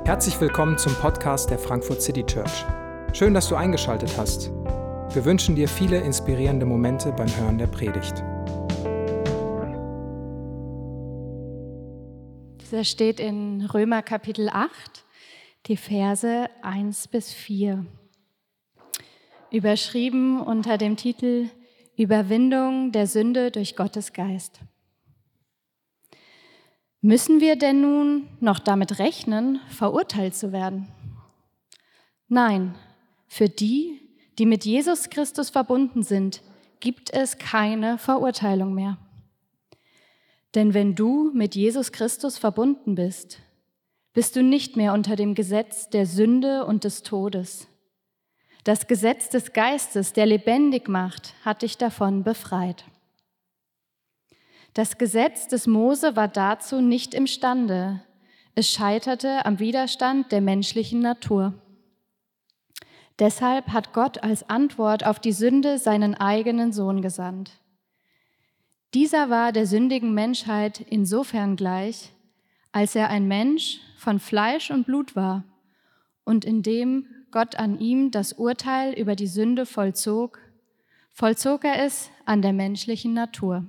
Herzlich willkommen zum Podcast der Frankfurt City Church. Schön, dass du eingeschaltet hast. Wir wünschen dir viele inspirierende Momente beim Hören der Predigt. Dieser steht in Römer Kapitel 8, die Verse 1-4. Überschrieben unter dem Titel Überwindung der Sünde durch Gottes Geist. Müssen wir denn nun noch damit rechnen, verurteilt zu werden? Nein, für die, die mit Jesus Christus verbunden sind, gibt es keine Verurteilung mehr. Denn wenn du mit Jesus Christus verbunden bist, bist du nicht mehr unter dem Gesetz der Sünde und des Todes. Das Gesetz des Geistes, der lebendig macht, hat dich davon befreit. Das Gesetz des Mose war dazu nicht imstande. Es scheiterte am Widerstand der menschlichen Natur. Deshalb hat Gott als Antwort auf die Sünde seinen eigenen Sohn gesandt. Dieser war der sündigen Menschheit insofern gleich, als er ein Mensch von Fleisch und Blut war und indem Gott an ihm das Urteil über die Sünde vollzog er es an der menschlichen Natur.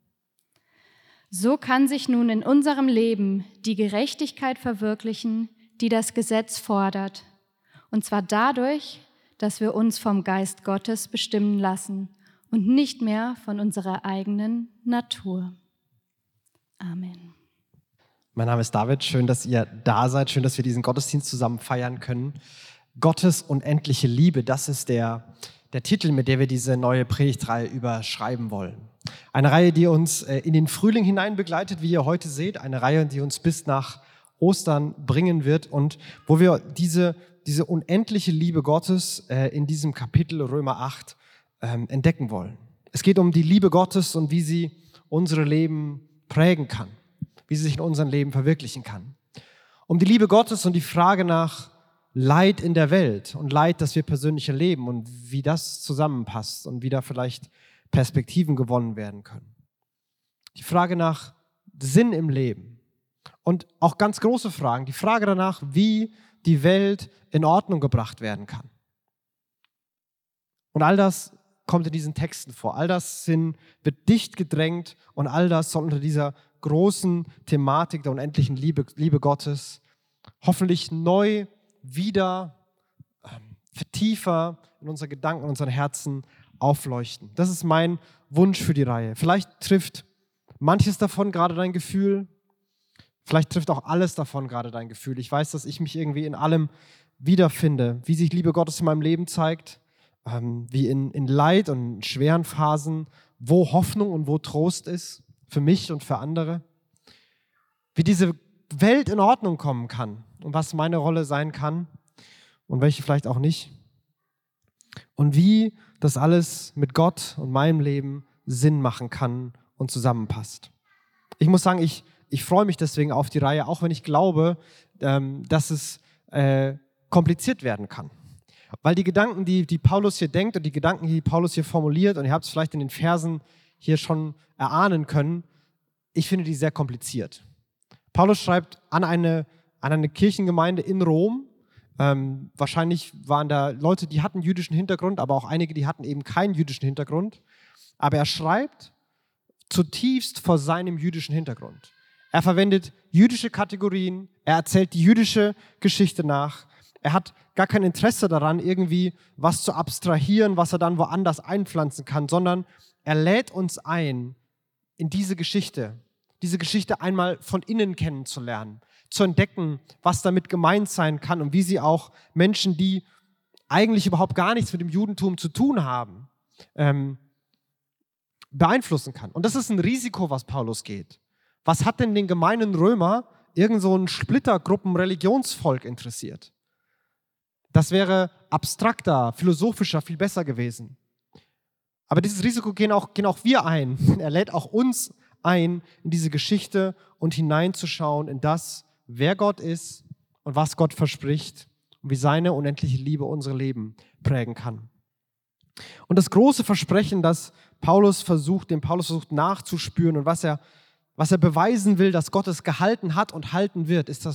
So kann sich nun in unserem Leben die Gerechtigkeit verwirklichen, die das Gesetz fordert, und zwar dadurch, dass wir uns vom Geist Gottes bestimmen lassen und nicht mehr von unserer eigenen Natur. Amen. Mein Name ist David, schön, dass ihr da seid, schön, dass wir diesen Gottesdienst zusammen feiern können. Gottes unendliche Liebe, das ist der Titel, mit dem wir diese neue Predigtreihe überschreiben wollen. Eine Reihe, die uns in den Frühling hinein begleitet, wie ihr heute seht. Eine Reihe, die uns bis nach Ostern bringen wird und wo wir diese unendliche Liebe Gottes in diesem Kapitel Römer 8 entdecken wollen. Es geht um die Liebe Gottes und wie sie unsere Leben prägen kann, wie sie sich in unserem Leben verwirklichen kann. Um die Liebe Gottes und die Frage nach Leid in der Welt und Leid, das wir persönlich erleben und wie das zusammenpasst und wie da vielleicht Perspektiven gewonnen werden können. Die Frage nach Sinn im Leben und auch ganz große Fragen, die Frage danach, wie die Welt in Ordnung gebracht werden kann. Und all das kommt in diesen Texten vor. All das wird dicht gedrängt und all das soll unter dieser großen Thematik der unendlichen Liebe Gottes hoffentlich neu wieder tiefer in unsere Gedanken, in unseren Herzen aufleuchten. Das ist mein Wunsch für die Reihe. Vielleicht trifft manches davon gerade dein Gefühl, vielleicht trifft auch alles davon gerade dein Gefühl. Ich weiß, dass ich mich irgendwie in allem wiederfinde, wie sich Liebe Gottes in meinem Leben zeigt, wie in Leid und in schweren Phasen, wo Hoffnung und wo Trost ist, für mich und für andere. Wie diese Welt in Ordnung kommen kann und was meine Rolle sein kann und welche vielleicht auch nicht. Und wie das alles mit Gott und meinem Leben Sinn machen kann und zusammenpasst. Ich muss sagen, ich freue mich deswegen auf die Reihe, auch wenn ich glaube, dass es kompliziert werden kann. Weil die Gedanken, die Paulus hier denkt und die Gedanken, die Paulus hier formuliert, und ihr habt es vielleicht in den Versen hier schon erahnen können, ich finde die sehr kompliziert. Paulus schreibt an eine Kirchengemeinde in Rom. Wahrscheinlich waren da Leute, die hatten jüdischen Hintergrund, aber auch einige, die hatten eben keinen jüdischen Hintergrund. Aber er schreibt zutiefst vor seinem jüdischen Hintergrund. Er verwendet jüdische Kategorien, er erzählt die jüdische Geschichte nach. Er hat gar kein Interesse daran, irgendwie was zu abstrahieren, was er dann woanders einpflanzen kann, sondern er lädt uns ein, in diese Geschichte einmal von innen kennenzulernen, zu entdecken, was damit gemeint sein kann und wie sie auch Menschen, die eigentlich überhaupt gar nichts mit dem Judentum zu tun haben, beeinflussen kann. Und das ist ein Risiko, was Paulus geht. Was hat denn den gemeinen Römer irgend so ein Splittergruppen-Religionsvolk interessiert? Das wäre abstrakter, philosophischer, viel besser gewesen. Aber dieses Risiko gehen auch wir ein. Er lädt auch uns ein, in diese Geschichte und hineinzuschauen in das, wer Gott ist und was Gott verspricht und wie seine unendliche Liebe unsere Leben prägen kann. Und das große Versprechen, das Paulus versucht nachzuspüren und was er beweisen will, dass Gott es gehalten hat und halten wird, ist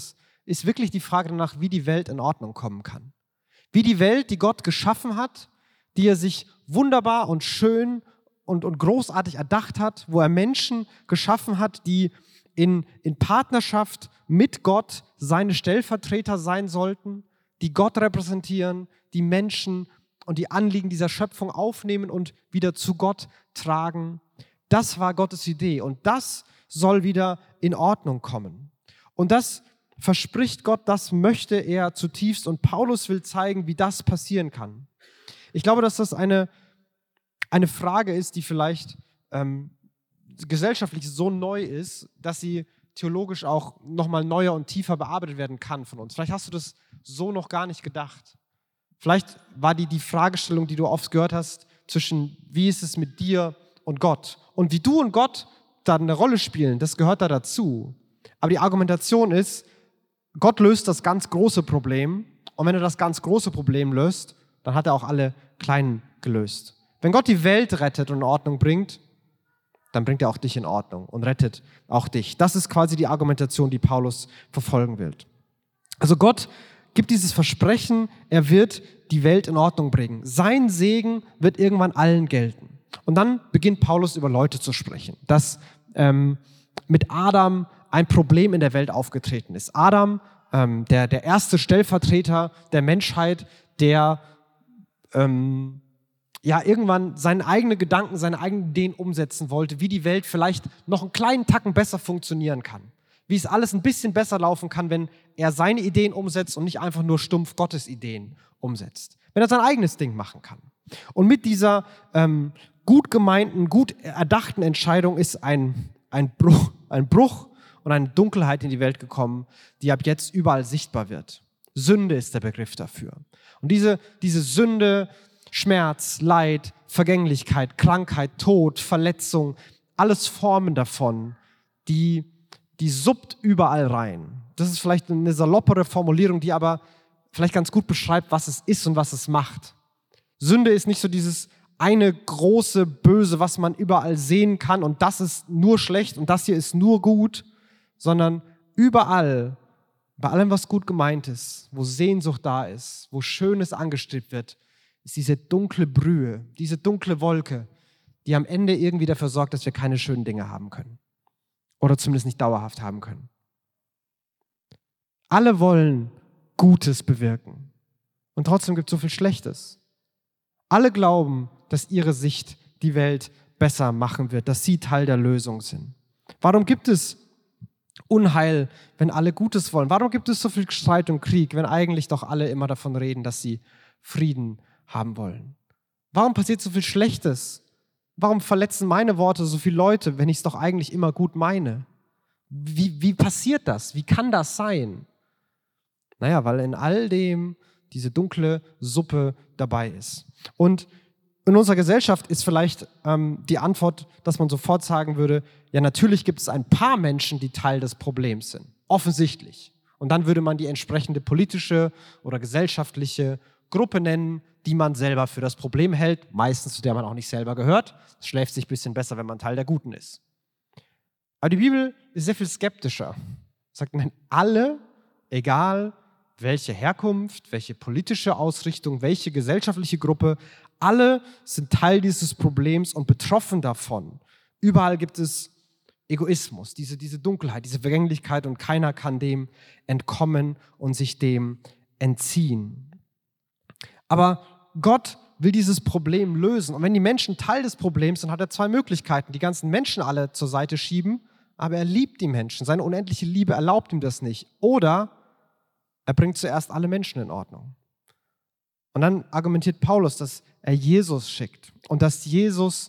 ist wirklich die Frage danach, wie die Welt in Ordnung kommen kann. Wie die Welt, die Gott geschaffen hat, die er sich wunderbar und schön und großartig erdacht hat, wo er Menschen geschaffen hat, die in Partnerschaft mit Gott seine Stellvertreter sein sollten, die Gott repräsentieren, die Menschen und die Anliegen dieser Schöpfung aufnehmen und wieder zu Gott tragen. Das war Gottes Idee und das soll wieder in Ordnung kommen. Und das verspricht Gott, das möchte er zutiefst und Paulus will zeigen, wie das passieren kann. Ich glaube, dass das eine Frage ist, die vielleicht gesellschaftlich so neu ist, dass sie theologisch auch nochmal neuer und tiefer bearbeitet werden kann von uns. Vielleicht hast du das so noch gar nicht gedacht. Vielleicht war die Fragestellung, die du oft gehört hast, zwischen wie ist es mit dir und Gott. Und wie du und Gott da eine Rolle spielen, das gehört da dazu. Aber die Argumentation ist, Gott löst das ganz große Problem und wenn er das ganz große Problem löst, dann hat er auch alle kleinen gelöst. Wenn Gott die Welt rettet und in Ordnung bringt, dann bringt er auch dich in Ordnung und rettet auch dich. Das ist quasi die Argumentation, die Paulus verfolgen will. Also Gott gibt dieses Versprechen, er wird die Welt in Ordnung bringen. Sein Segen wird irgendwann allen gelten. Und dann beginnt Paulus über Leute zu sprechen, dass mit Adam ein Problem in der Welt aufgetreten ist. Adam, der erste Stellvertreter der Menschheit, der irgendwann seine eigenen Gedanken, seine eigenen Ideen umsetzen wollte, wie die Welt vielleicht noch einen kleinen Tacken besser funktionieren kann. Wie es alles ein bisschen besser laufen kann, wenn er seine Ideen umsetzt und nicht einfach nur stumpf Gottes Ideen umsetzt. Wenn er sein eigenes Ding machen kann. Und mit dieser gut gemeinten, gut erdachten Entscheidung ist ein Bruch und eine Dunkelheit in die Welt gekommen, die ab jetzt überall sichtbar wird. Sünde ist der Begriff dafür. Und diese Sünde, Schmerz, Leid, Vergänglichkeit, Krankheit, Tod, Verletzung, alles Formen davon, die suppt überall rein. Das ist vielleicht eine saloppere Formulierung, die aber vielleicht ganz gut beschreibt, was es ist und was es macht. Sünde ist nicht so dieses eine große Böse, was man überall sehen kann und das ist nur schlecht und das hier ist nur gut, sondern überall, bei allem, was gut gemeint ist, wo Sehnsucht da ist, wo Schönes angestrebt wird, ist diese dunkle Brühe, diese dunkle Wolke, die am Ende irgendwie dafür sorgt, dass wir keine schönen Dinge haben können. Oder zumindest nicht dauerhaft haben können. Alle wollen Gutes bewirken. Und trotzdem gibt es so viel Schlechtes. Alle glauben, dass ihre Sicht die Welt besser machen wird, dass sie Teil der Lösung sind. Warum gibt es Unheil, wenn alle Gutes wollen? Warum gibt es so viel Streit und Krieg, wenn eigentlich doch alle immer davon reden, dass sie Frieden haben wollen? Warum passiert so viel Schlechtes? Warum verletzen meine Worte so viele Leute, wenn ich es doch eigentlich immer gut meine? Wie passiert das? Wie kann das sein? Naja, weil in all dem diese dunkle Suppe dabei ist. Und in unserer Gesellschaft ist vielleicht die Antwort, dass man sofort sagen würde, ja, natürlich gibt es ein paar Menschen, die Teil des Problems sind. Offensichtlich. Und dann würde man die entsprechende politische oder gesellschaftliche Gruppe nennen, die man selber für das Problem hält, meistens zu der man auch nicht selber gehört. Es schläft sich ein bisschen besser, wenn man Teil der Guten ist. Aber die Bibel ist sehr viel skeptischer. Sagt, nein, alle, egal welche Herkunft, welche politische Ausrichtung, welche gesellschaftliche Gruppe, alle sind Teil dieses Problems und betroffen davon. Überall gibt es Egoismus, diese Dunkelheit, diese Vergänglichkeit und keiner kann dem entkommen und sich dem entziehen. Aber Gott will dieses Problem lösen. Und wenn die Menschen Teil des Problems sind, hat er zwei Möglichkeiten. Die ganzen Menschen alle zur Seite schieben, aber er liebt die Menschen. Seine unendliche Liebe erlaubt ihm das nicht. Oder er bringt zuerst alle Menschen in Ordnung. Und dann argumentiert Paulus, dass er Jesus schickt und dass Jesus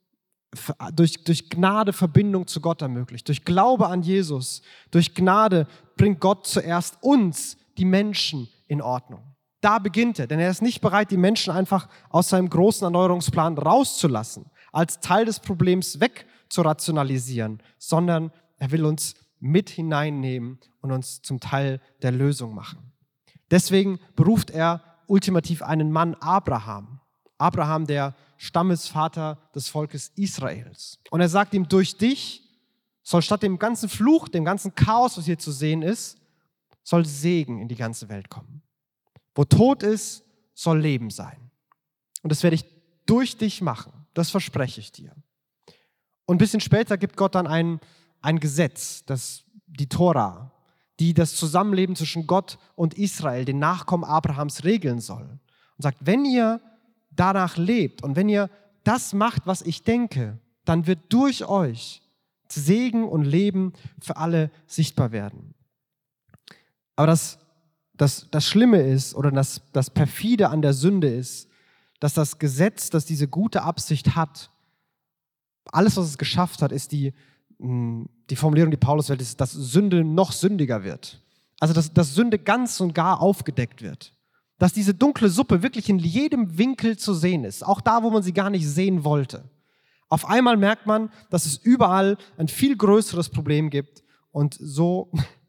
durch Gnade Verbindung zu Gott ermöglicht. Durch Glaube an Jesus, durch Gnade bringt Gott zuerst uns, die Menschen, in Ordnung. Da beginnt er, denn er ist nicht bereit, die Menschen einfach aus seinem großen Erneuerungsplan rauszulassen, als Teil des Problems wegzurationalisieren, sondern er will uns mit hineinnehmen und uns zum Teil der Lösung machen. Deswegen beruft er ultimativ einen Mann, Abraham. Abraham, der Stammesvater des Volkes Israels. Und er sagt ihm, durch dich soll statt dem ganzen Fluch, dem ganzen Chaos, was hier zu sehen ist, soll Segen in die ganze Welt kommen. Wo Tod ist, soll Leben sein. Und das werde ich durch dich machen. Das verspreche ich dir. Und ein bisschen später gibt Gott dann ein Gesetz, die Tora, die das Zusammenleben zwischen Gott und Israel, den Nachkommen Abrahams, regeln soll. Und sagt, wenn ihr danach lebt und wenn ihr das macht, was ich denke, dann wird durch euch Segen und Leben für alle sichtbar werden. Aber das Schlimme ist oder das Perfide an der Sünde ist, dass das Gesetz, das diese gute Absicht hat, alles, was es geschafft hat, ist die Formulierung, die Paulus wählt, ist, dass Sünde noch sündiger wird. Also, dass Sünde ganz und gar aufgedeckt wird. Dass diese dunkle Suppe wirklich in jedem Winkel zu sehen ist, auch da, wo man sie gar nicht sehen wollte. Auf einmal merkt man, dass es überall ein viel größeres Problem gibt und so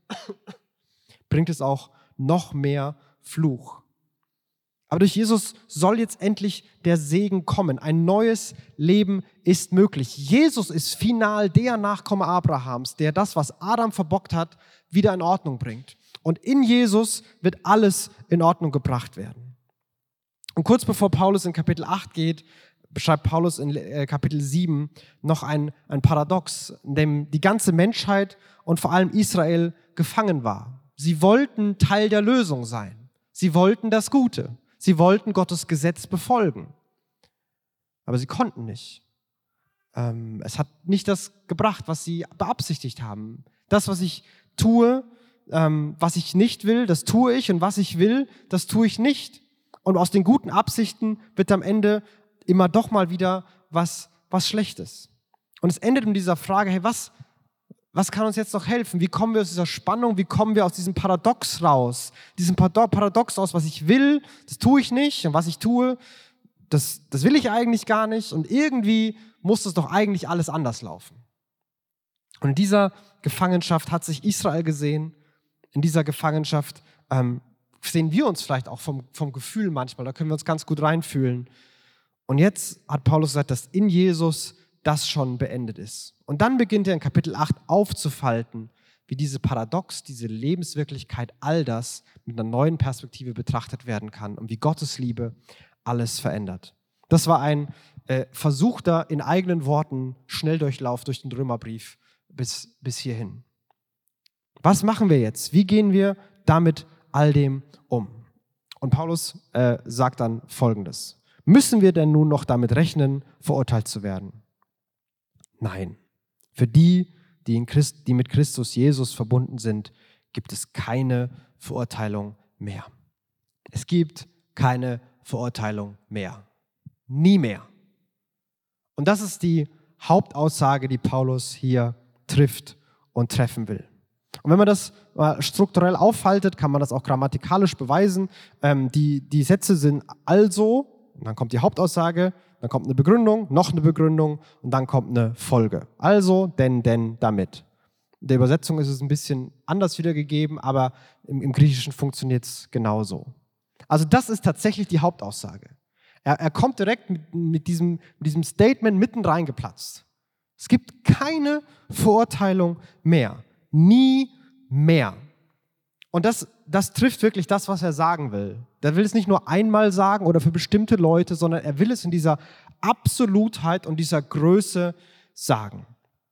bringt es auch noch mehr Fluch. Aber durch Jesus soll jetzt endlich der Segen kommen. Ein neues Leben ist möglich. Jesus ist final der Nachkomme Abrahams, der das, was Adam verbockt hat, wieder in Ordnung bringt. Und in Jesus wird alles in Ordnung gebracht werden. Und kurz bevor Paulus in Kapitel 8 geht, beschreibt Paulus in Kapitel 7 noch ein Paradox, in dem die ganze Menschheit und vor allem Israel gefangen war. Sie wollten Teil der Lösung sein. Sie wollten das Gute. Sie wollten Gottes Gesetz befolgen. Aber sie konnten nicht. Es hat nicht das gebracht, was sie beabsichtigt haben. Das, was ich tue, was ich nicht will, das tue ich. Und was ich will, das tue ich nicht. Und aus den guten Absichten wird am Ende immer doch mal wieder was Schlechtes. Und es endet mit dieser Frage, hey, was kann uns jetzt noch helfen? Wie kommen wir aus dieser Spannung? Wie kommen wir aus diesem Paradox raus? Diesem Paradox aus, was ich will, das tue ich nicht. Und was ich tue, das will ich eigentlich gar nicht. Und irgendwie muss es doch eigentlich alles anders laufen. Und in dieser Gefangenschaft hat sich Israel gesehen. In dieser Gefangenschaft sehen wir uns vielleicht auch vom Gefühl manchmal. Da können wir uns ganz gut reinfühlen. Und jetzt hat Paulus gesagt, dass in Jesus das schon beendet ist. Und dann beginnt er in Kapitel 8 aufzufalten, wie diese Paradox, diese Lebenswirklichkeit, all das mit einer neuen Perspektive betrachtet werden kann und wie Gottes Liebe alles verändert. Das war ein versuchter, in eigenen Worten, Schnelldurchlauf durch den Römerbrief bis hierhin. Was machen wir jetzt? Wie gehen wir damit all dem um? Und Paulus sagt dann Folgendes. Müssen wir denn nun noch damit rechnen, verurteilt zu werden? Nein. Für die mit Christus Jesus verbunden sind, gibt es keine Verurteilung mehr. Es gibt keine Verurteilung mehr. Nie mehr. Und das ist die Hauptaussage, die Paulus hier trifft und treffen will. Und wenn man das strukturell aufhaltet, kann man das auch grammatikalisch beweisen. Die Sätze sind also, und dann kommt die Hauptaussage, dann kommt eine Begründung, noch eine Begründung und dann kommt eine Folge. Also, denn, damit. In der Übersetzung ist es ein bisschen anders wiedergegeben, aber im Griechischen funktioniert es genauso. Also das ist tatsächlich die Hauptaussage. Er kommt direkt mit diesem Statement mitten reingeplatzt. Es gibt keine Verurteilung mehr. Nie mehr. Und das trifft wirklich das, was er sagen will. Er will es nicht nur einmal sagen oder für bestimmte Leute, sondern er will es in dieser Absolutheit und dieser Größe sagen.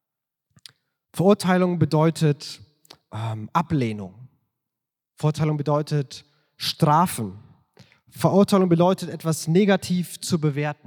Verurteilung bedeutet Ablehnung. Verurteilung bedeutet Strafen. Verurteilung bedeutet, etwas negativ zu bewerten.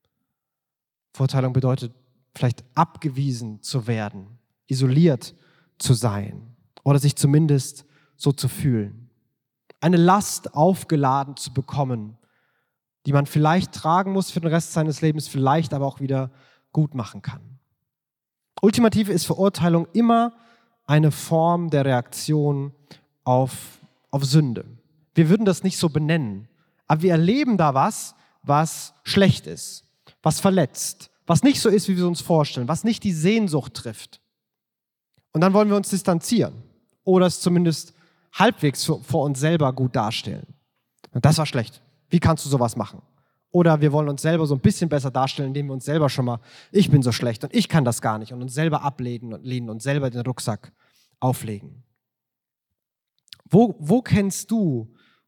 Verurteilung bedeutet, vielleicht abgewiesen zu werden, isoliert zu sein oder sich zumindest so zu fühlen. Eine Last aufgeladen zu bekommen, die man vielleicht tragen muss für den Rest seines Lebens, vielleicht aber auch wieder gut machen kann. Ultimativ ist Verurteilung immer eine Form der Reaktion auf Sünde. Wir würden das nicht so benennen, aber wir erleben da was schlecht ist, was verletzt, was nicht so ist, wie wir uns vorstellen, was nicht die Sehnsucht trifft. Und dann wollen wir uns distanzieren oder es zumindest halbwegs vor uns selber gut darstellen. Und das war schlecht. Wie kannst du sowas machen? Oder wir wollen uns selber so ein bisschen besser darstellen, indem wir uns selber schon mal, ich bin so schlecht und ich kann das gar nicht und uns selber ablehnen und selber den Rucksack auflegen. Wo kennst du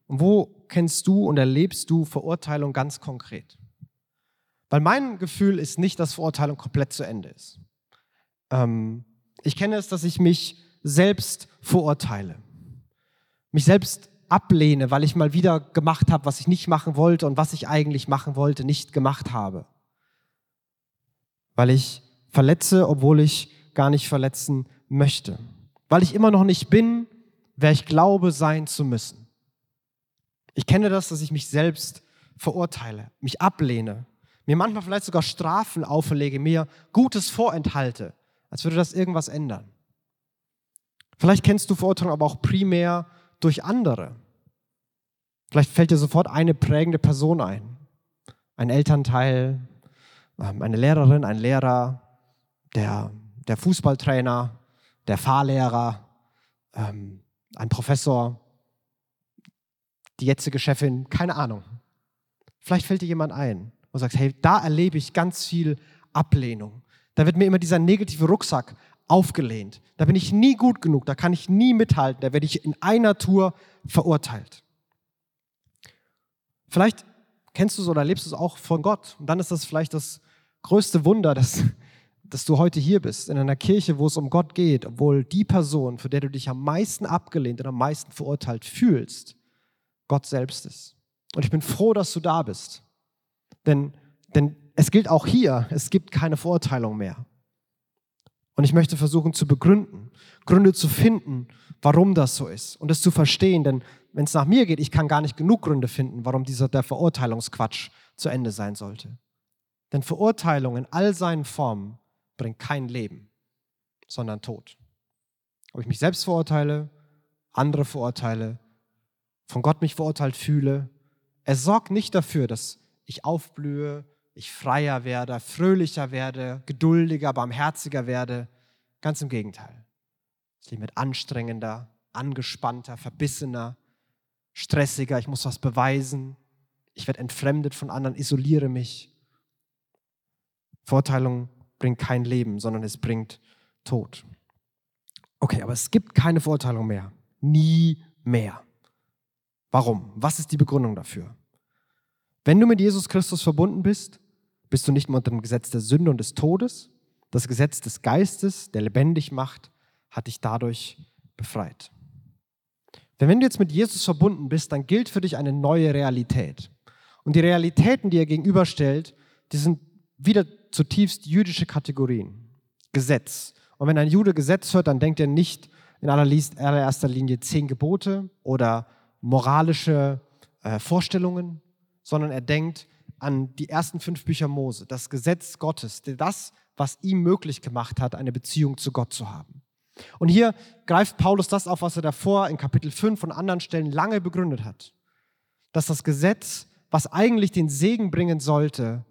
und erlebst du Verurteilung ganz konkret? Weil mein Gefühl ist nicht, dass Verurteilung komplett zu Ende ist. Ich kenne es, dass ich mich selbst verurteile, mich selbst ablehne, weil ich mal wieder gemacht habe, was ich nicht machen wollte und was ich eigentlich machen wollte, nicht gemacht habe. Weil ich verletze, obwohl ich gar nicht verletzen möchte. Weil ich immer noch nicht bin, wer ich glaube, sein zu müssen. Ich kenne das, dass ich mich selbst verurteile, mich ablehne, mir manchmal vielleicht sogar Strafen auferlege, mir Gutes vorenthalte, als würde das irgendwas ändern. Vielleicht kennst du Verurteilung aber auch primär durch andere. Vielleicht fällt dir sofort eine prägende Person ein. Ein Elternteil, eine Lehrerin, ein Lehrer, der Fußballtrainer, der Fahrlehrer, ein Professor, die jetzige Chefin, keine Ahnung. Vielleicht fällt dir jemand ein und sagt, hey, da erlebe ich ganz viel Ablehnung. Da wird mir immer dieser negative Rucksack aufgelehnt. Da bin ich nie gut genug, da kann ich nie mithalten, da werde ich in einer Tour verurteilt. Vielleicht kennst du es oder erlebst du es auch von Gott. Und dann ist das vielleicht das größte Wunder, dass du heute hier bist, in einer Kirche, wo es um Gott geht, obwohl die Person, für der du dich am meisten abgelehnt und am meisten verurteilt fühlst, Gott selbst ist. Und ich bin froh, dass du da bist. Denn es gilt auch hier, es gibt keine Verurteilung mehr. Und ich möchte versuchen zu begründen, Gründe zu finden, warum das so ist und es zu verstehen. Denn wenn es nach mir geht, ich kann gar nicht genug Gründe finden, warum der Verurteilungsquatsch zu Ende sein sollte. Denn Verurteilung in all seinen Formen bringt kein Leben, sondern Tod. Ob ich mich selbst verurteile, andere verurteile, von Gott mich verurteilt fühle, es sorgt nicht dafür, dass ich aufblühe, ich freier werde, fröhlicher werde, geduldiger, barmherziger werde. Ganz im Gegenteil. Das Leben wird anstrengender, angespannter, verbissener, stressiger, ich muss was beweisen, ich werde entfremdet von anderen, isoliere mich. Verurteilung bringt kein Leben, sondern es bringt Tod. Okay, aber es gibt keine Verurteilung mehr. Nie mehr. Warum? Was ist die Begründung dafür? Wenn du mit Jesus Christus verbunden bist, bist du nicht mehr unter dem Gesetz der Sünde und des Todes. Das Gesetz des Geistes, der lebendig macht, hat dich dadurch befreit. Denn wenn du jetzt mit Jesus verbunden bist, dann gilt für dich eine neue Realität. Und die Realitäten, die er gegenüberstellt, die sind wieder zutiefst jüdische Kategorien. Gesetz. Und wenn ein Jude Gesetz hört, dann denkt er nicht in allererster Linie 10 Gebote oder moralische Vorstellungen, sondern er denkt an die ersten 5 Bücher Mose, das Gesetz Gottes, das, was ihm möglich gemacht hat, eine Beziehung zu Gott zu haben. Und hier greift Paulus das auf, was er davor in Kapitel 5 und anderen Stellen lange begründet hat. Dass das Gesetz, was eigentlich den Segen bringen sollte,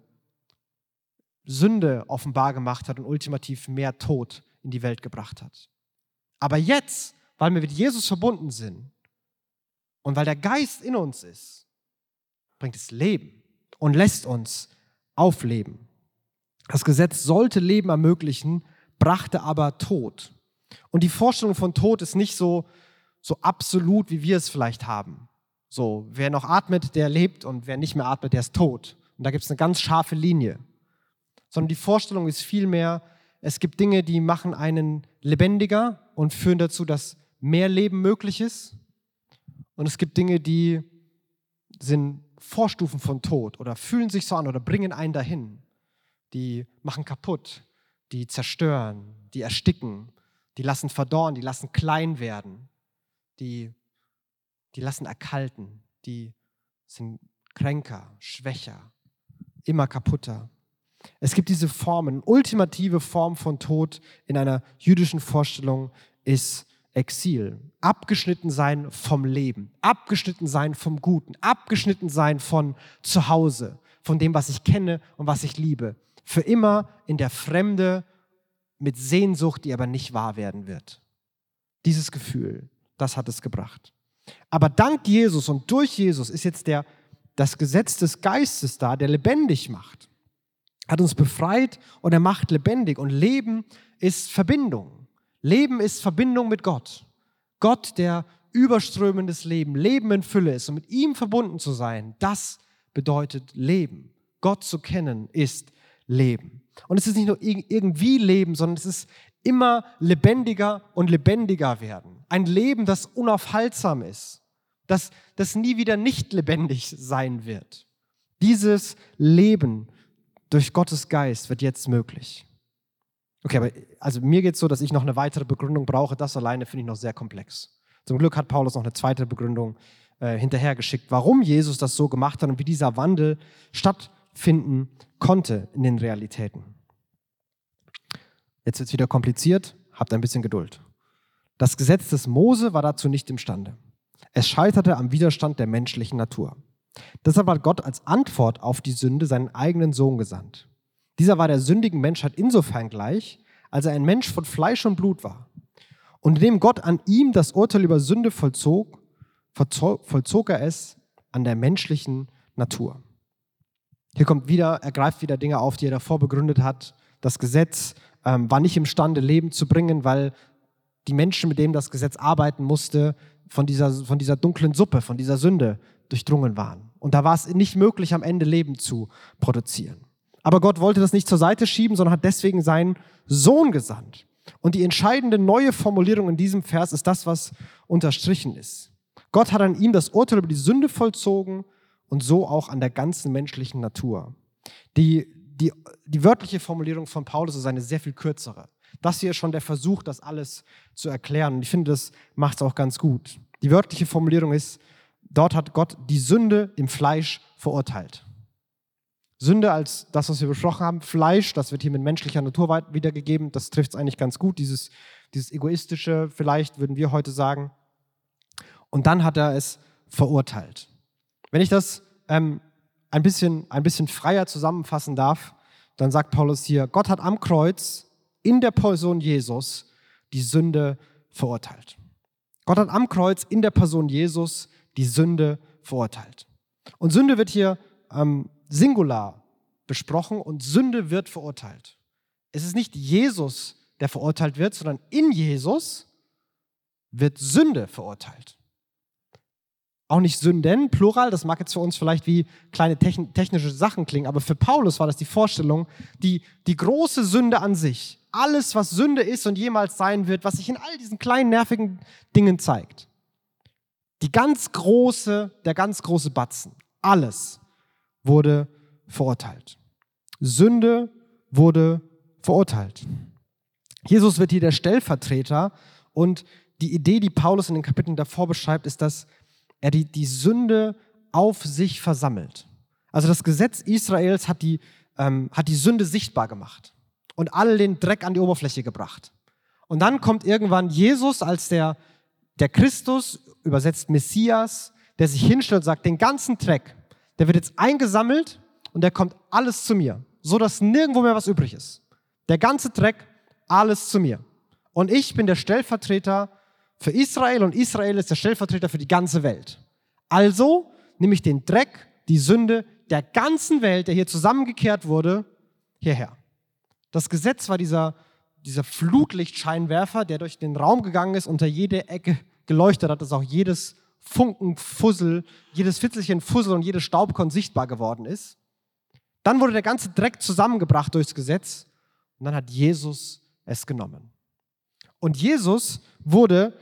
Sünde offenbar gemacht hat und ultimativ mehr Tod in die Welt gebracht hat. Aber jetzt, weil wir mit Jesus verbunden sind und weil der Geist in uns ist, bringt es Leben und lässt uns aufleben. Das Gesetz sollte Leben ermöglichen, brachte aber Tod. Und die Vorstellung von Tod ist nicht so absolut, wie wir es vielleicht haben. So, wer noch atmet, der lebt und wer nicht mehr atmet, der ist tot. Und da gibt es eine ganz scharfe Linie. Sondern die Vorstellung ist vielmehr, es gibt Dinge, die machen einen lebendiger und führen dazu, dass mehr Leben möglich ist. Und es gibt Dinge, die sind Vorstufen von Tod oder fühlen sich so an oder bringen einen dahin. Die machen kaputt, die zerstören, die ersticken, die lassen verdorren, die lassen klein werden, die lassen erkalten, die sind kränker, schwächer, immer kaputter. Es gibt diese Formen. Eine ultimative Form von Tod in einer jüdischen Vorstellung ist Exil. Abgeschnitten sein vom Leben, abgeschnitten sein vom Guten, abgeschnitten sein von zu Hause, von dem, was ich kenne und was ich liebe. Für immer in der Fremde mit Sehnsucht, die aber nicht wahr werden wird. Dieses Gefühl, das hat es gebracht. Aber dank Jesus und durch Jesus ist jetzt das Gesetz des Geistes da, der lebendig macht. Hat uns befreit und er macht lebendig. Und Leben ist Verbindung. Leben ist Verbindung mit Gott. Gott, der überströmendes Leben, Leben in Fülle ist und mit ihm verbunden zu sein, das bedeutet Leben. Gott zu kennen ist Leben. Und es ist nicht nur irgendwie Leben, sondern es ist immer lebendiger und lebendiger werden. Ein Leben, das unaufhaltsam ist, das nie wieder nicht lebendig sein wird. Dieses Leben durch Gottes Geist wird jetzt möglich. Okay, aber also mir geht es so, dass ich noch eine weitere Begründung brauche. Das alleine finde ich noch sehr komplex. Zum Glück hat Paulus noch eine zweite Begründung hinterhergeschickt, warum Jesus das so gemacht hat und wie dieser Wandel stattfinden konnte in den Realitäten. Jetzt wird es wieder kompliziert, habt ein bisschen Geduld. Das Gesetz des Mose war dazu nicht imstande. Es scheiterte am Widerstand der menschlichen Natur. Deshalb hat Gott als Antwort auf die Sünde seinen eigenen Sohn gesandt. Dieser war der sündigen Menschheit insofern gleich, als er ein Mensch von Fleisch und Blut war. Und indem Gott an ihm das Urteil über Sünde vollzog er es an der menschlichen Natur. Hier er greift wieder Dinge auf, die er davor begründet hat. Das Gesetz war nicht imstande, Leben zu bringen, weil die Menschen, mit denen das Gesetz arbeiten musste, von dieser dunklen Suppe, von dieser Sünde durchdrungen waren. Und da war es nicht möglich, am Ende Leben zu produzieren. Aber Gott wollte das nicht zur Seite schieben, sondern hat deswegen seinen Sohn gesandt. Und die entscheidende neue Formulierung in diesem Vers ist das, was unterstrichen ist. Gott hat an ihm das Urteil über die Sünde vollzogen und so auch an der ganzen menschlichen Natur. Die wörtliche Formulierung von Paulus ist eine sehr viel kürzere. Das hier ist schon der Versuch, das alles zu erklären. Und ich finde, das macht es auch ganz gut. Die wörtliche Formulierung ist, dort hat Gott die Sünde im Fleisch verurteilt. Sünde als das, was wir besprochen haben, Fleisch, das wird hier mit menschlicher Natur wiedergegeben, das trifft es eigentlich ganz gut, dieses egoistische, vielleicht würden wir heute sagen. Und dann hat er es verurteilt. Wenn ich das ein bisschen freier zusammenfassen darf, dann sagt Paulus hier, Gott hat am Kreuz in der Person Jesus die Sünde verurteilt. Gott hat am Kreuz in der Person Jesus die Sünde verurteilt. Und Sünde wird hier Singular besprochen und Sünde wird verurteilt. Es ist nicht Jesus, der verurteilt wird, sondern in Jesus wird Sünde verurteilt. Auch nicht Sünden, Plural, das mag jetzt für uns vielleicht wie kleine technische Sachen klingen, aber für Paulus war das die Vorstellung, die große Sünde an sich, alles, was Sünde ist und jemals sein wird, was sich in all diesen kleinen nervigen Dingen zeigt. Der ganz große Batzen, alles wurde verurteilt. Sünde wurde verurteilt. Jesus wird hier der Stellvertreter und die Idee, die Paulus in den Kapiteln davor beschreibt, ist, dass er die Sünde auf sich versammelt. Also das Gesetz Israels hat die Sünde sichtbar gemacht und all den Dreck an die Oberfläche gebracht. Und dann kommt irgendwann Jesus als der Christus, übersetzt Messias, der sich hinstellt und sagt, den ganzen Dreck, der wird jetzt eingesammelt und der kommt alles zu mir, so dass nirgendwo mehr was übrig ist. Der ganze Dreck, alles zu mir. Und ich bin der Stellvertreter für Israel und Israel ist der Stellvertreter für die ganze Welt. Also nehme ich den Dreck, die Sünde der ganzen Welt, der hier zusammengekehrt wurde, hierher. Das Gesetz war dieser Flutlichtscheinwerfer, der durch den Raum gegangen ist, unter jede Ecke geleuchtet hat, dass auch jedes Funkenfussel, jedes Fitzelchen Fussel und jede Staubkorn sichtbar geworden ist. Dann wurde der ganze Dreck zusammengebracht durchs Gesetz und dann hat Jesus es genommen. Und Jesus wurde,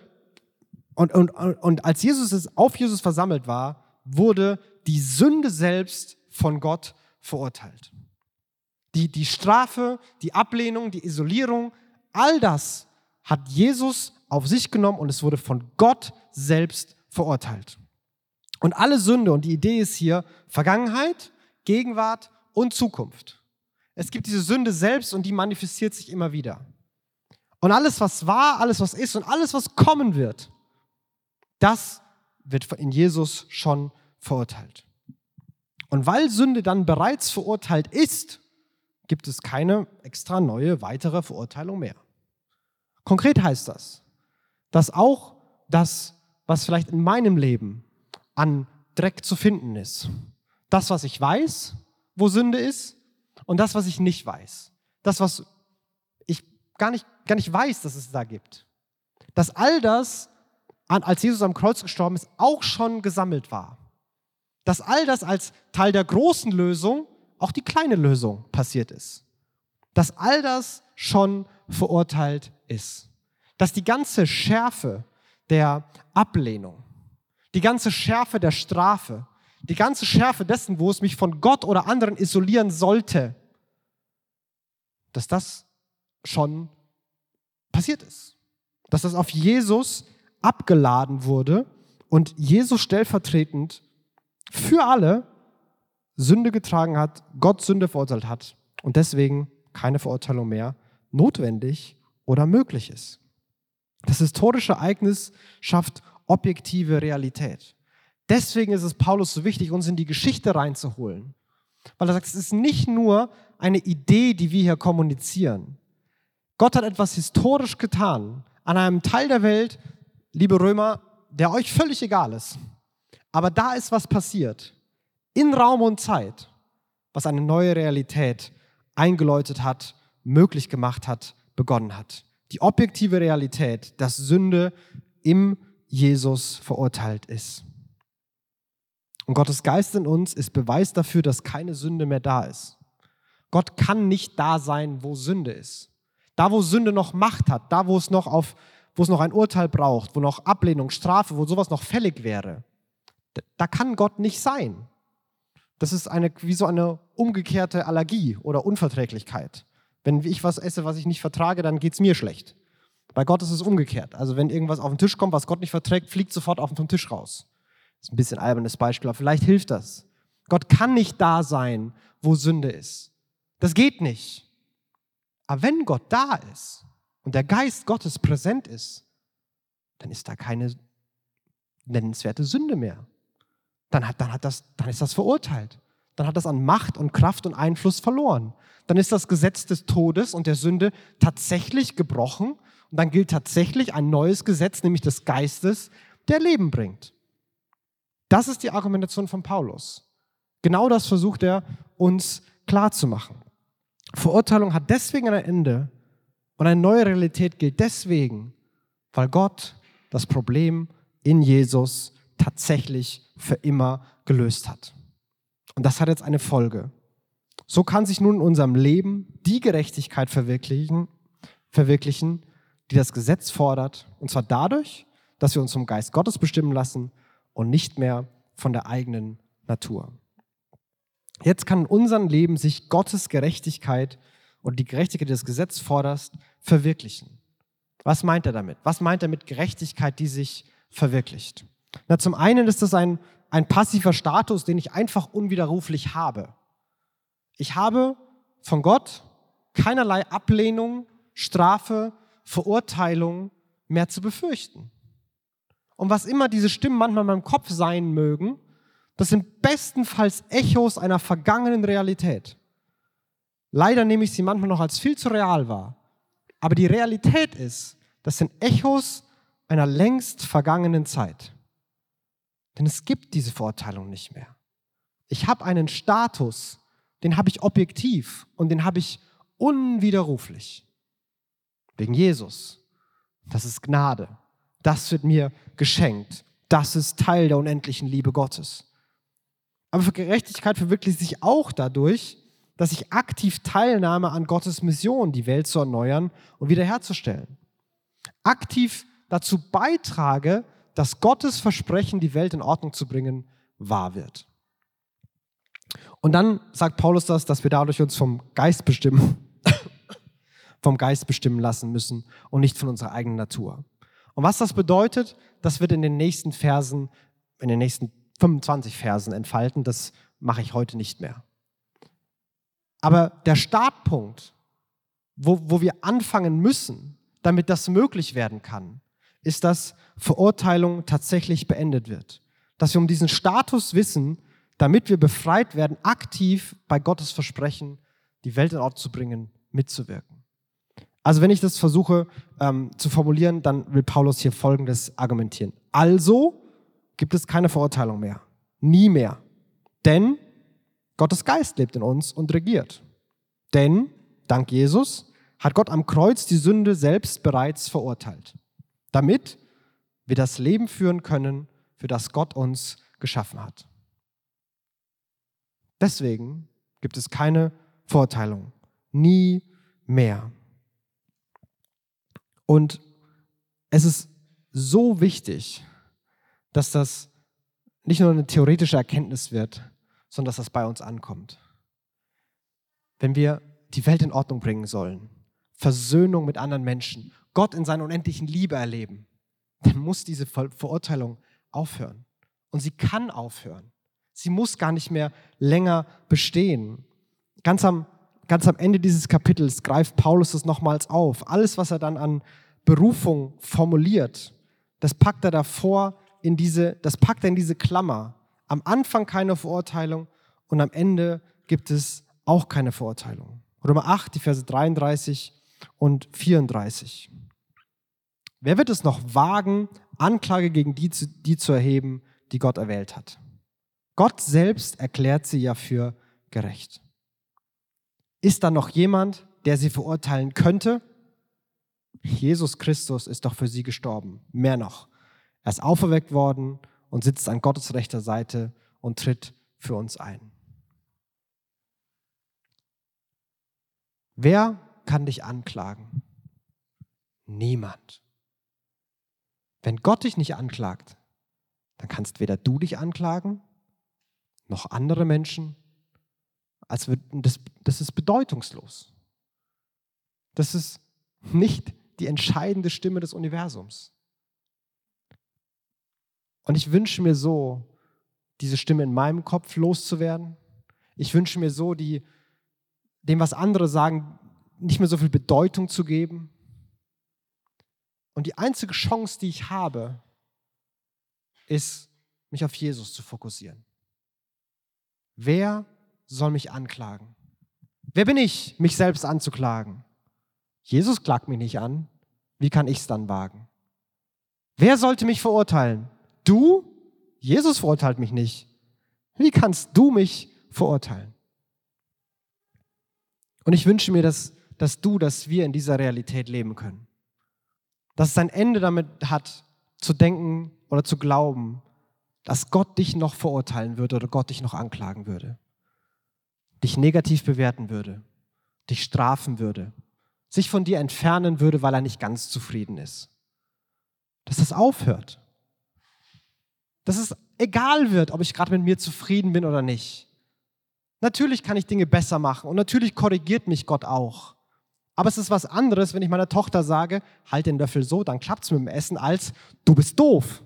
und als auf Jesus versammelt war, wurde die Sünde selbst von Gott verurteilt. Die Strafe, die Ablehnung, die Isolierung, all das hat Jesus auf sich genommen und es wurde von Gott selbst verurteilt. Und alle Sünde, und die Idee ist hier Vergangenheit, Gegenwart und Zukunft. Es gibt diese Sünde selbst und die manifestiert sich immer wieder. Und alles, was war, alles, was ist und alles, was kommen wird, das wird in Jesus schon verurteilt. Und weil Sünde dann bereits verurteilt ist, gibt es keine extra neue, weitere Verurteilung mehr. Konkret heißt das, dass auch das, was vielleicht in meinem Leben an Dreck zu finden ist, das, was ich weiß, wo Sünde ist, und das, was ich nicht weiß, das, was ich gar nicht weiß, dass es da gibt, dass all das als Jesus am Kreuz gestorben ist, auch schon gesammelt war. Dass all das als Teil der großen Lösung auch die kleine Lösung passiert ist. Dass all das schon verurteilt ist. Dass die ganze Schärfe der Ablehnung, die ganze Schärfe der Strafe, die ganze Schärfe dessen, wo es mich von Gott oder anderen isolieren sollte, dass das schon passiert ist. Dass das auf Jesus abgeladen wurde und Jesus stellvertretend für alle Sünde getragen hat, Gott Sünde verurteilt hat und deswegen keine Verurteilung mehr notwendig oder möglich ist. Das historische Ereignis schafft objektive Realität. Deswegen ist es Paulus so wichtig, uns in die Geschichte reinzuholen. Weil er sagt, es ist nicht nur eine Idee, die wir hier kommunizieren. Gott hat etwas historisch getan an einem Teil der Welt, liebe Römer, der euch völlig egal ist. Aber da ist was passiert, in Raum und Zeit, was eine neue Realität eingeläutet hat, möglich gemacht hat, begonnen hat. Die objektive Realität, dass Sünde im Jesus verurteilt ist. Und Gottes Geist in uns ist Beweis dafür, dass keine Sünde mehr da ist. Gott kann nicht da sein, wo Sünde ist. Da, wo Sünde noch Macht hat, da, wo es noch ein Urteil braucht, wo noch Ablehnung, Strafe, wo sowas noch fällig wäre, da kann Gott nicht sein. Das ist wie so eine umgekehrte Allergie oder Unverträglichkeit. Wenn ich was esse, was ich nicht vertrage, dann geht es mir schlecht. Bei Gott ist es umgekehrt. Also wenn irgendwas auf den Tisch kommt, was Gott nicht verträgt, fliegt sofort vom Tisch raus. Das ist ein bisschen ein albernes Beispiel, aber vielleicht hilft das. Gott kann nicht da sein, wo Sünde ist. Das geht nicht. Aber wenn Gott da ist und der Geist Gottes präsent ist, dann ist da keine nennenswerte Sünde mehr. Dann ist das verurteilt. Dann hat das an Macht und Kraft und Einfluss verloren. Dann ist das Gesetz des Todes und der Sünde tatsächlich gebrochen und dann gilt tatsächlich ein neues Gesetz, nämlich des Geistes, der Leben bringt. Das ist die Argumentation von Paulus. Genau das versucht er uns klarzumachen. Verurteilung hat deswegen ein Ende und eine neue Realität gilt deswegen, weil Gott das Problem in Jesus tatsächlich für immer gelöst hat. Und das hat jetzt eine Folge. So kann sich nun in unserem Leben die Gerechtigkeit verwirklichen, die das Gesetz fordert, und zwar dadurch, dass wir uns vom Geist Gottes bestimmen lassen und nicht mehr von der eigenen Natur. Jetzt kann in unserem Leben sich Gottes Gerechtigkeit und die Gerechtigkeit, die das Gesetz fordert, verwirklichen. Was meint er damit? Was meint er mit Gerechtigkeit, die sich verwirklicht? Na, zum einen ist das ein passiver Status, den ich einfach unwiderruflich habe. Ich habe von Gott keinerlei Ablehnung, Strafe, Verurteilung mehr zu befürchten. Und was immer diese Stimmen manchmal in meinem Kopf sein mögen, das sind bestenfalls Echos einer vergangenen Realität. Leider nehme ich sie manchmal noch als viel zu real wahr. Aber die Realität ist, das sind Echos einer längst vergangenen Zeit. Denn es gibt diese Verurteilung nicht mehr. Ich habe einen Status, den habe ich objektiv und den habe ich unwiderruflich. Wegen Jesus. Das ist Gnade. Das wird mir geschenkt. Das ist Teil der unendlichen Liebe Gottes. Aber für Gerechtigkeit verwirklicht sich auch dadurch, dass ich aktiv teilnahme an Gottes Mission, die Welt zu erneuern und wiederherzustellen. Aktiv dazu beitrage, dass Gottes Versprechen, die Welt in Ordnung zu bringen, wahr wird. Und dann sagt Paulus dass wir dadurch uns vom Geist bestimmen lassen müssen und nicht von unserer eigenen Natur. Und was das bedeutet, das wird in den nächsten 25 Versen entfalten, das mache ich heute nicht mehr. Aber der Startpunkt, wo wir anfangen müssen, damit das möglich werden kann, ist, dass Verurteilung tatsächlich beendet wird. Dass wir um diesen Status wissen, damit wir befreit werden, aktiv bei Gottes Versprechen, die Welt in Ordnung zu bringen, mitzuwirken. Also wenn ich das versuche zu formulieren, dann will Paulus hier Folgendes argumentieren. Also gibt es keine Verurteilung mehr. Nie mehr. Denn Gottes Geist lebt in uns und regiert. Denn, dank Jesus, hat Gott am Kreuz die Sünde selbst bereits verurteilt. Damit, wir das Leben führen können, für das Gott uns geschaffen hat. Deswegen gibt es keine Verurteilung. Nie mehr. Und es ist so wichtig, dass das nicht nur eine theoretische Erkenntnis wird, sondern dass das bei uns ankommt. Wenn wir die Welt in Ordnung bringen sollen, Versöhnung mit anderen Menschen, Gott in seiner unendlichen Liebe erleben, dann muss diese Verurteilung aufhören. Und sie kann aufhören. Sie muss gar nicht mehr länger bestehen. Ganz am Ende dieses Kapitels greift Paulus es nochmals auf. Alles, was er dann an Berufung formuliert, das packt er davor in diese Klammer. Am Anfang keine Verurteilung und am Ende gibt es auch keine Verurteilung. Römer 8, die Verse 33 und 34. Wer wird es noch wagen, Anklage gegen die zu erheben, die Gott erwählt hat? Gott selbst erklärt sie ja für gerecht. Ist da noch jemand, der sie verurteilen könnte? Jesus Christus ist doch für sie gestorben. Mehr noch. Er ist auferweckt worden und sitzt an Gottes rechter Seite und tritt für uns ein. Wer kann dich anklagen? Niemand. Wenn Gott dich nicht anklagt, dann kannst weder du dich anklagen, noch andere Menschen. Das ist bedeutungslos. Das ist nicht die entscheidende Stimme des Universums. Und ich wünsche mir so, diese Stimme in meinem Kopf loszuwerden. Ich wünsche mir so, dem, was andere sagen, nicht mehr so viel Bedeutung zu geben. Und die einzige Chance, die ich habe, ist, mich auf Jesus zu fokussieren. Wer soll mich anklagen? Wer bin ich, mich selbst anzuklagen? Jesus klagt mich nicht an. Wie kann ich es dann wagen? Wer sollte mich verurteilen? Du? Jesus verurteilt mich nicht. Wie kannst du mich verurteilen? Und ich wünsche mir, dass wir in dieser Realität leben können. Dass es ein Ende damit hat, zu denken oder zu glauben, dass Gott dich noch verurteilen würde oder Gott dich noch anklagen würde. Dich negativ bewerten würde, dich strafen würde, sich von dir entfernen würde, weil er nicht ganz zufrieden ist. Dass das aufhört. Dass es egal wird, ob ich gerade mit mir zufrieden bin oder nicht. Natürlich kann ich Dinge besser machen und natürlich korrigiert mich Gott auch. Aber es ist was anderes, wenn ich meiner Tochter sage, halt den Löffel so, dann klappt es mit dem Essen, als du bist doof.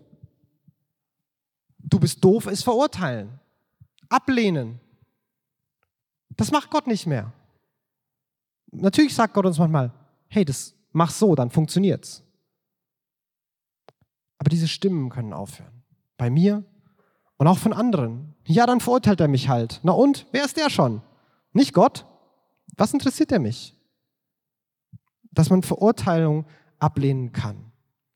Du bist doof ist verurteilen, ablehnen. Das macht Gott nicht mehr. Natürlich sagt Gott uns manchmal, hey, das mach so, dann funktioniert's. Aber diese Stimmen können aufhören. Bei mir und auch von anderen. Ja, dann verurteilt er mich halt. Na und? Wer ist der schon? Nicht Gott? Was interessiert er mich? Dass man Verurteilung ablehnen kann.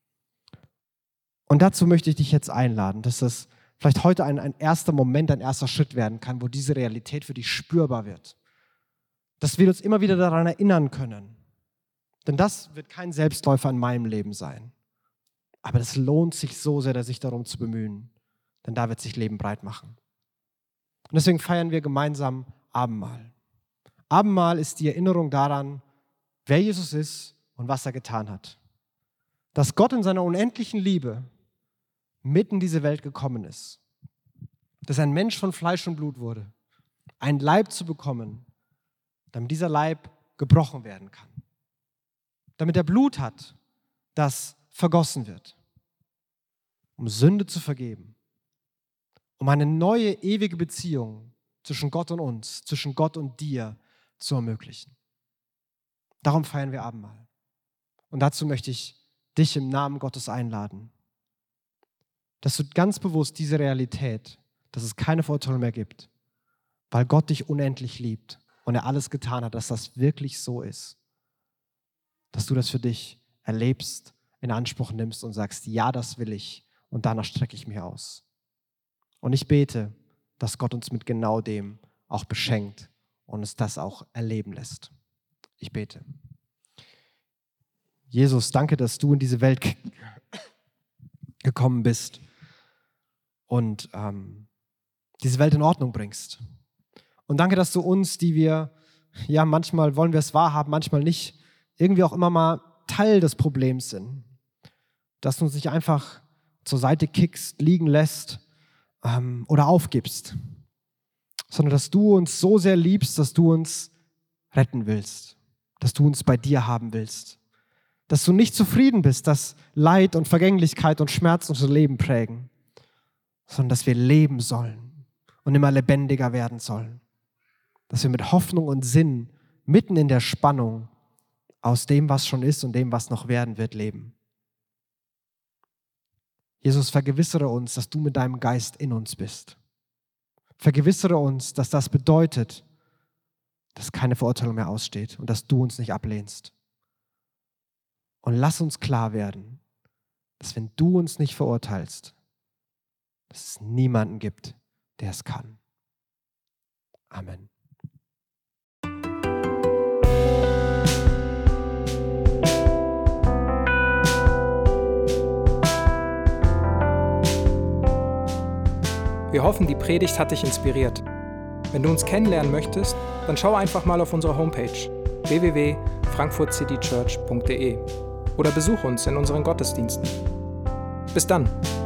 Und dazu möchte ich dich jetzt einladen, dass das vielleicht heute ein erster Moment, ein erster Schritt werden kann, wo diese Realität für dich spürbar wird. Dass wir uns immer wieder daran erinnern können. Denn das wird kein Selbstläufer in meinem Leben sein. Aber das lohnt sich so sehr, sich darum zu bemühen. Denn da wird sich Leben breit machen. Und deswegen feiern wir gemeinsam Abendmahl. Abendmahl ist die Erinnerung daran, wer Jesus ist und was er getan hat. Dass Gott in seiner unendlichen Liebe mitten in diese Welt gekommen ist. Dass ein Mensch von Fleisch und Blut wurde. Einen Leib zu bekommen, damit dieser Leib gebrochen werden kann. Damit er Blut hat, das vergossen wird. Um Sünde zu vergeben. Um eine neue, ewige Beziehung zwischen Gott und uns, zwischen Gott und dir zu ermöglichen. Darum feiern wir Abendmahl. Und dazu möchte ich dich im Namen Gottes einladen, dass du ganz bewusst diese Realität, dass es keine Verurteilung mehr gibt, weil Gott dich unendlich liebt und er alles getan hat, dass das wirklich so ist, dass du das für dich erlebst, in Anspruch nimmst und sagst, ja, das will ich und danach strecke ich mich aus. Und ich bete, dass Gott uns mit genau dem auch beschenkt und uns das auch erleben lässt. Ich bete. Jesus, danke, dass du in diese Welt gekommen bist und diese Welt in Ordnung bringst. Und danke, dass du uns, die wir, ja, manchmal wollen wir es wahrhaben, manchmal nicht, irgendwie auch immer mal Teil des Problems sind. Dass du uns nicht einfach zur Seite kickst, liegen lässt oder aufgibst, sondern dass du uns so sehr liebst, dass du uns retten willst, dass du uns bei dir haben willst, dass du nicht zufrieden bist, dass Leid und Vergänglichkeit und Schmerz unser Leben prägen, sondern dass wir leben sollen und immer lebendiger werden sollen, dass wir mit Hoffnung und Sinn mitten in der Spannung aus dem, was schon ist und dem, was noch werden wird, leben. Jesus, vergewissere uns, dass du mit deinem Geist in uns bist. Vergewissere uns, dass das bedeutet, dass keine Verurteilung mehr aussteht und dass du uns nicht ablehnst. Und lass uns klar werden, dass wenn du uns nicht verurteilst, dass es niemanden gibt, der es kann. Amen. Wir hoffen, die Predigt hat dich inspiriert. Wenn du uns kennenlernen möchtest, dann schau einfach mal auf unsere Homepage www.frankfurtcitychurch.de oder besuch uns in unseren Gottesdiensten. Bis dann!